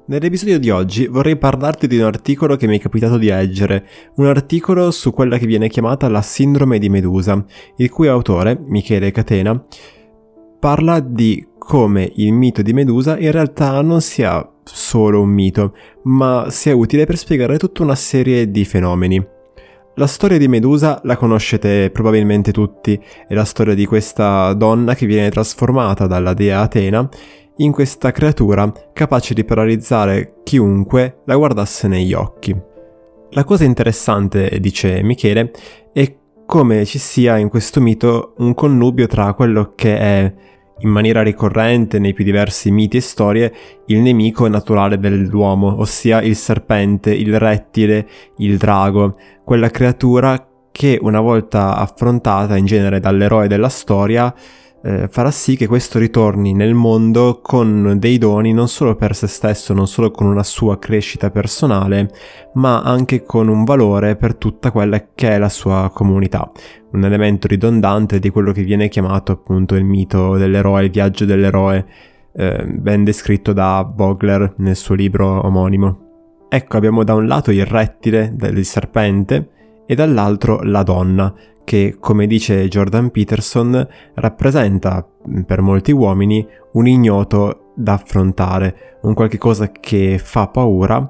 Nell'episodio di oggi vorrei parlarti di un articolo che mi è capitato di leggere, un articolo su quella che viene chiamata la sindrome di Medusa, il cui autore, Michele Catena, parla di come il mito di Medusa in realtà non sia solo un mito, ma sia utile per spiegare tutta una serie di fenomeni. La storia di Medusa la conoscete probabilmente tutti, è la storia di questa donna che viene trasformata dalla dea Atena in questa creatura capace di paralizzare chiunque la guardasse negli occhi. La cosa interessante, dice Michele, è come ci sia in questo mito un connubio tra quello che è, in maniera ricorrente nei più diversi miti e storie, il nemico naturale dell'uomo, ossia il serpente, il rettile, il drago, quella creatura che una volta affrontata in genere dall'eroe della storia farà sì che questo ritorni nel mondo con dei doni non solo per se stesso, non solo con una sua crescita personale, ma anche con un valore per tutta quella che è la sua comunità. Un elemento ridondante di quello che viene chiamato appunto il mito dell'eroe, il viaggio dell'eroe, ben descritto da Vogler nel suo libro omonimo. Ecco, abbiamo da un lato il rettile del serpente e dall'altro la donna, che, come dice Jordan Peterson, rappresenta per molti uomini un ignoto da affrontare, un qualche cosa che fa paura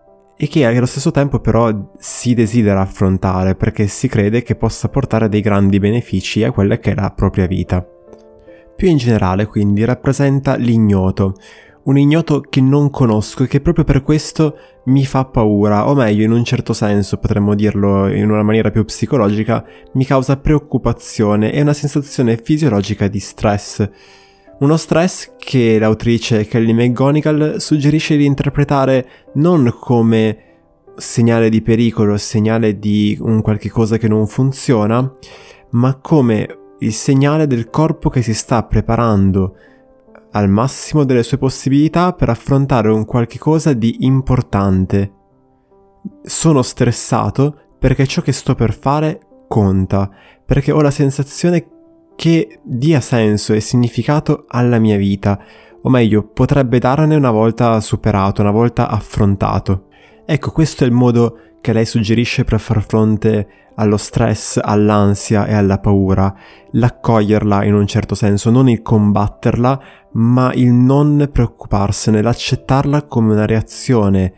e che allo stesso tempo però si desidera affrontare perché si crede che possa portare dei grandi benefici a quella che è la propria vita. Più in generale, quindi, rappresenta l'ignoto, un ignoto che non conosco e che proprio per questo mi fa paura, o meglio, in un certo senso, potremmo dirlo in una maniera più psicologica, mi causa preoccupazione e una sensazione fisiologica di stress. Uno stress che l'autrice Kelly McGonigal suggerisce di interpretare non come segnale di pericolo, segnale di un qualche cosa che non funziona, ma come il segnale del corpo che si sta preparando al massimo delle sue possibilità per affrontare un qualche cosa di importante. Sono stressato perché ciò che sto per fare conta, perché ho la sensazione che dia senso e significato alla mia vita, o meglio, potrebbe darne una volta superato, una volta affrontato. Ecco, questo è il modo che lei suggerisce per far fronte allo stress, all'ansia e alla paura, l'accoglierla in un certo senso, non il combatterla, ma il non preoccuparsene, l'accettarla come una reazione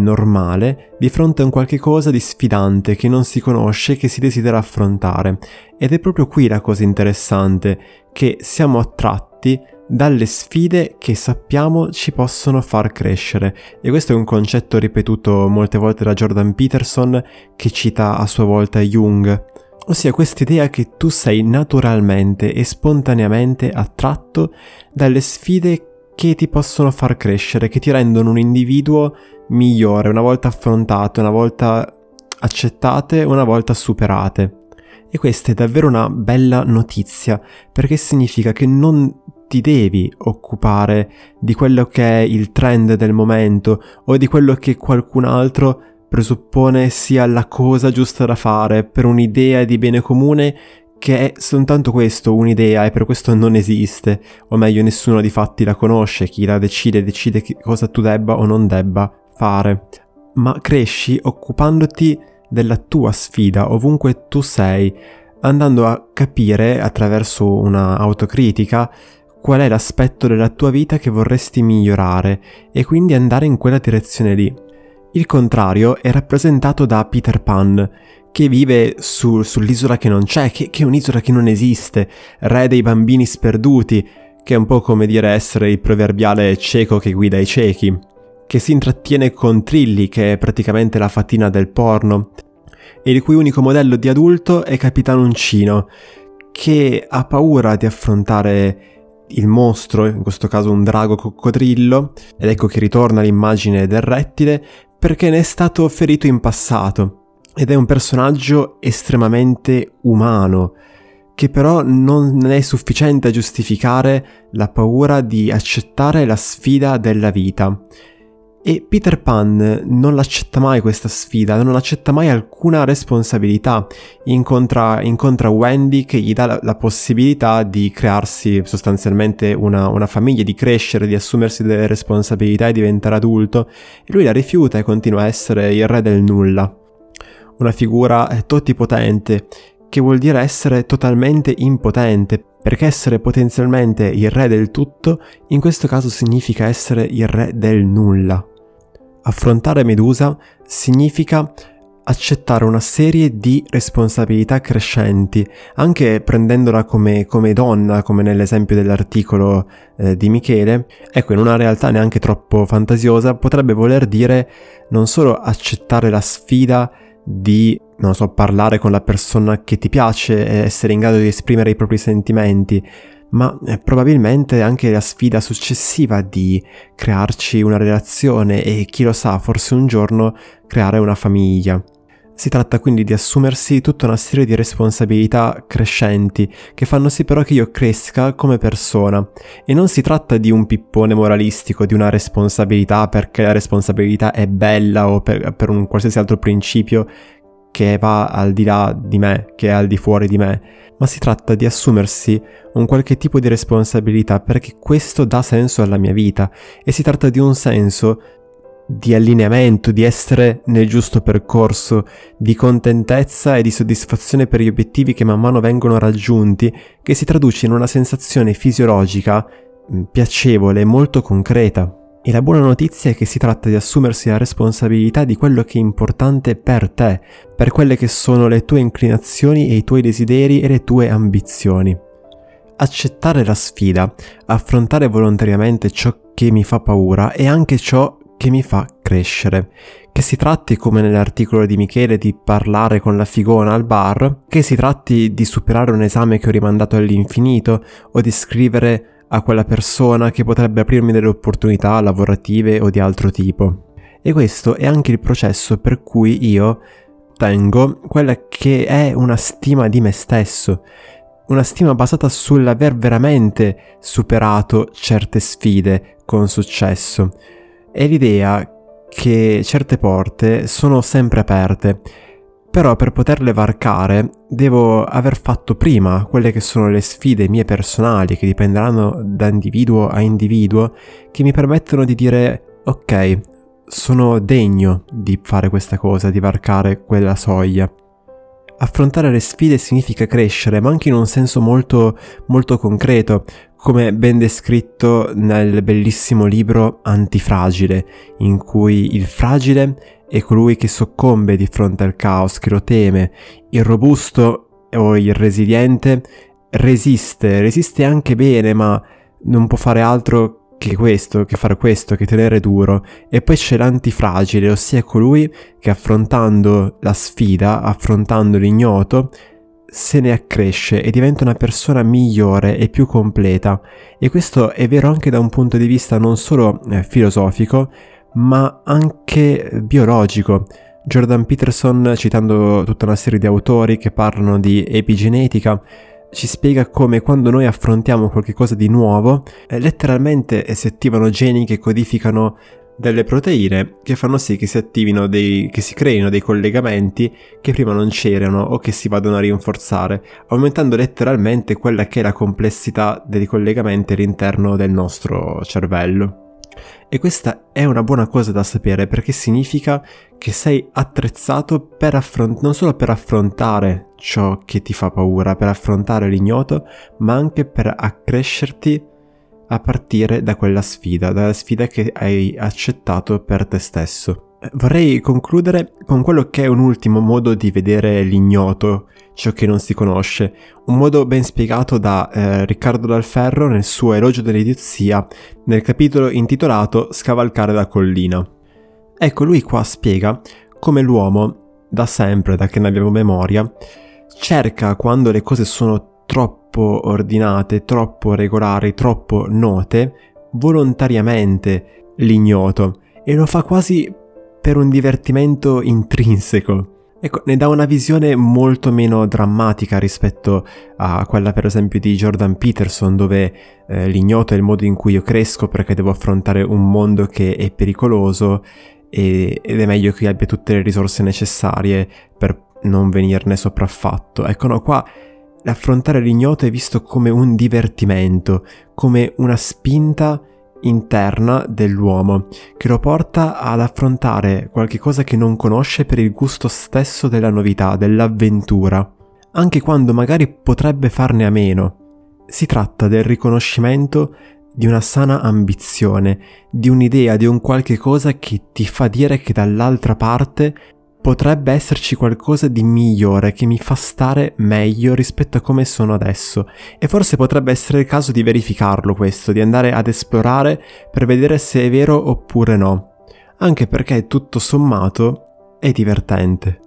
normale di fronte a un qualche cosa di sfidante che non si conosce, che si desidera affrontare. Ed è proprio qui la cosa interessante, che siamo attratti dalle sfide che sappiamo ci possono far crescere, e questo è un concetto ripetuto molte volte da Jordan Peterson, che cita a sua volta Jung, ossia quest'idea che tu sei naturalmente e spontaneamente attratto dalle sfide che ti possono far crescere, che ti rendono un individuo migliore una volta affrontate, una volta accettate, una volta superate. E questa è davvero una bella notizia, perché significa che non ti devi occupare di quello che è il trend del momento o di quello che qualcun altro presuppone sia la cosa giusta da fare per un'idea di bene comune che è soltanto questo, un'idea, e per questo non esiste, o meglio nessuno di fatti la conosce, chi la decide che cosa tu debba o non debba fare. Ma cresci occupandoti della tua sfida ovunque tu sei, andando a capire attraverso una autocritica qual è l'aspetto della tua vita che vorresti migliorare e quindi andare in quella direzione lì. Il contrario è rappresentato da Peter Pan, che vive sull'isola che non c'è, che è un'isola che non esiste, re dei bambini sperduti, che è un po' come dire essere il proverbiale cieco che guida i ciechi, che si intrattiene con Trilly, che è praticamente la fatina del porno, e il cui unico modello di adulto è Capitan Uncino, che ha paura di affrontare il mostro, in questo caso un drago coccodrillo, ed ecco che ritorna l'immagine del rettile, perché ne è stato ferito in passato, ed è un personaggio estremamente umano, che però non è sufficiente a giustificare la paura di accettare la sfida della vita. E Peter Pan non l'accetta mai questa sfida, non accetta mai alcuna responsabilità. Incontra Wendy che gli dà la possibilità di crearsi sostanzialmente una famiglia, di crescere, di assumersi delle responsabilità e diventare adulto, e lui la rifiuta e continua a essere il re del nulla. Una figura totipotente, che vuol dire essere totalmente impotente, perché essere potenzialmente il re del tutto in questo caso significa essere il re del nulla. Affrontare Medusa significa accettare una serie di responsabilità crescenti, anche prendendola come donna, come nell'esempio dell'articolo di Michele. Ecco, in una realtà neanche troppo fantasiosa, potrebbe voler dire non solo accettare la sfida di, non so, parlare con la persona che ti piace e essere in grado di esprimere i propri sentimenti, ma probabilmente anche la sfida successiva di crearci una relazione e chi lo sa, forse un giorno creare una famiglia. Si tratta quindi di assumersi tutta una serie di responsabilità crescenti che fanno sì però che io cresca come persona, e non si tratta di un pippone moralistico, di una responsabilità perché la responsabilità è bella o per un qualsiasi altro principio che va al di là di me, che è al di fuori di me, ma si tratta di assumersi un qualche tipo di responsabilità perché questo dà senso alla mia vita, e si tratta di un senso di allineamento, di essere nel giusto percorso, di contentezza e di soddisfazione per gli obiettivi che man mano vengono raggiunti, che si traduce in una sensazione fisiologica piacevole, molto concreta. E la buona notizia è che si tratta di assumersi la responsabilità di quello che è importante per te, per quelle che sono le tue inclinazioni e i tuoi desideri e le tue ambizioni. Accettare la sfida, affrontare volontariamente ciò che mi fa paura e anche ciò che mi fa crescere. Che si tratti, come nell'articolo di Michele, di parlare con la figona al bar, che si tratti di superare un esame che ho rimandato all'infinito o di scrivere a quella persona che potrebbe aprirmi delle opportunità lavorative o di altro tipo. E questo è anche il processo per cui io tengo quella che è una stima di me stesso, una stima basata sull'aver veramente superato certe sfide con successo. È l'idea che certe porte sono sempre aperte, però per poterle varcare devo aver fatto prima quelle che sono le sfide mie personali, che dipenderanno da individuo a individuo, che mi permettono di dire ok, sono degno di fare questa cosa, di varcare quella soglia. Affrontare le sfide significa crescere, ma anche in un senso molto, molto concreto, come ben descritto nel bellissimo libro Antifragile, in cui il fragile è colui che soccombe di fronte al caos, che lo teme. Il robusto o il resiliente resiste anche bene, ma non può fare altro che fare questo, che tenere duro. E poi c'è l'antifragile, ossia colui che affrontando la sfida, affrontando l'ignoto, se ne accresce e diventa una persona migliore e più completa. E questo è vero anche da un punto di vista non solo filosofico, ma anche biologico. Jordan Peterson, citando tutta una serie di autori che parlano di epigenetica, ci spiega come quando noi affrontiamo qualcosa di nuovo, letteralmente si attivano geni che codificano delle proteine che fanno sì che che si creino dei collegamenti che prima non c'erano o che si vadano a rinforzare, aumentando letteralmente quella che è la complessità dei collegamenti all'interno del nostro cervello. E questa è una buona cosa da sapere, perché significa che sei attrezzato per non solo per affrontare ciò che ti fa paura, per affrontare l'ignoto, ma anche per accrescerti a partire da quella sfida, dalla sfida che hai accettato per te stesso. Vorrei concludere con quello che è un ultimo modo di vedere l'ignoto, ciò che non si conosce, un modo ben spiegato da Riccardo Dal Ferro nel suo Elogio dell'idiozia, nel capitolo intitolato Scavalcare la collina. Ecco, lui qua spiega come l'uomo, da sempre, da che ne abbiamo memoria, cerca, quando le cose sono troppo ordinate, troppo regolari, troppo note, volontariamente l'ignoto, e lo fa quasi per un divertimento intrinseco. Ecco, ne dà una visione molto meno drammatica rispetto a quella per esempio di Jordan Peterson, dove l'ignoto è il modo in cui io cresco perché devo affrontare un mondo che è pericoloso ed è meglio che io abbia tutte le risorse necessarie per non venirne sopraffatto. Ecco, no, qua l'affrontare l'ignoto è visto come un divertimento, come una spinta interna dell'uomo che lo porta ad affrontare qualche cosa che non conosce per il gusto stesso della novità, dell'avventura, anche quando magari potrebbe farne a meno. Si tratta del riconoscimento di una sana ambizione, di un'idea, di un qualche cosa che ti fa dire che dall'altra parte potrebbe esserci qualcosa di migliore che mi fa stare meglio rispetto a come sono adesso, e forse potrebbe essere il caso di verificarlo questo, di andare ad esplorare per vedere se è vero oppure no, anche perché tutto sommato è divertente.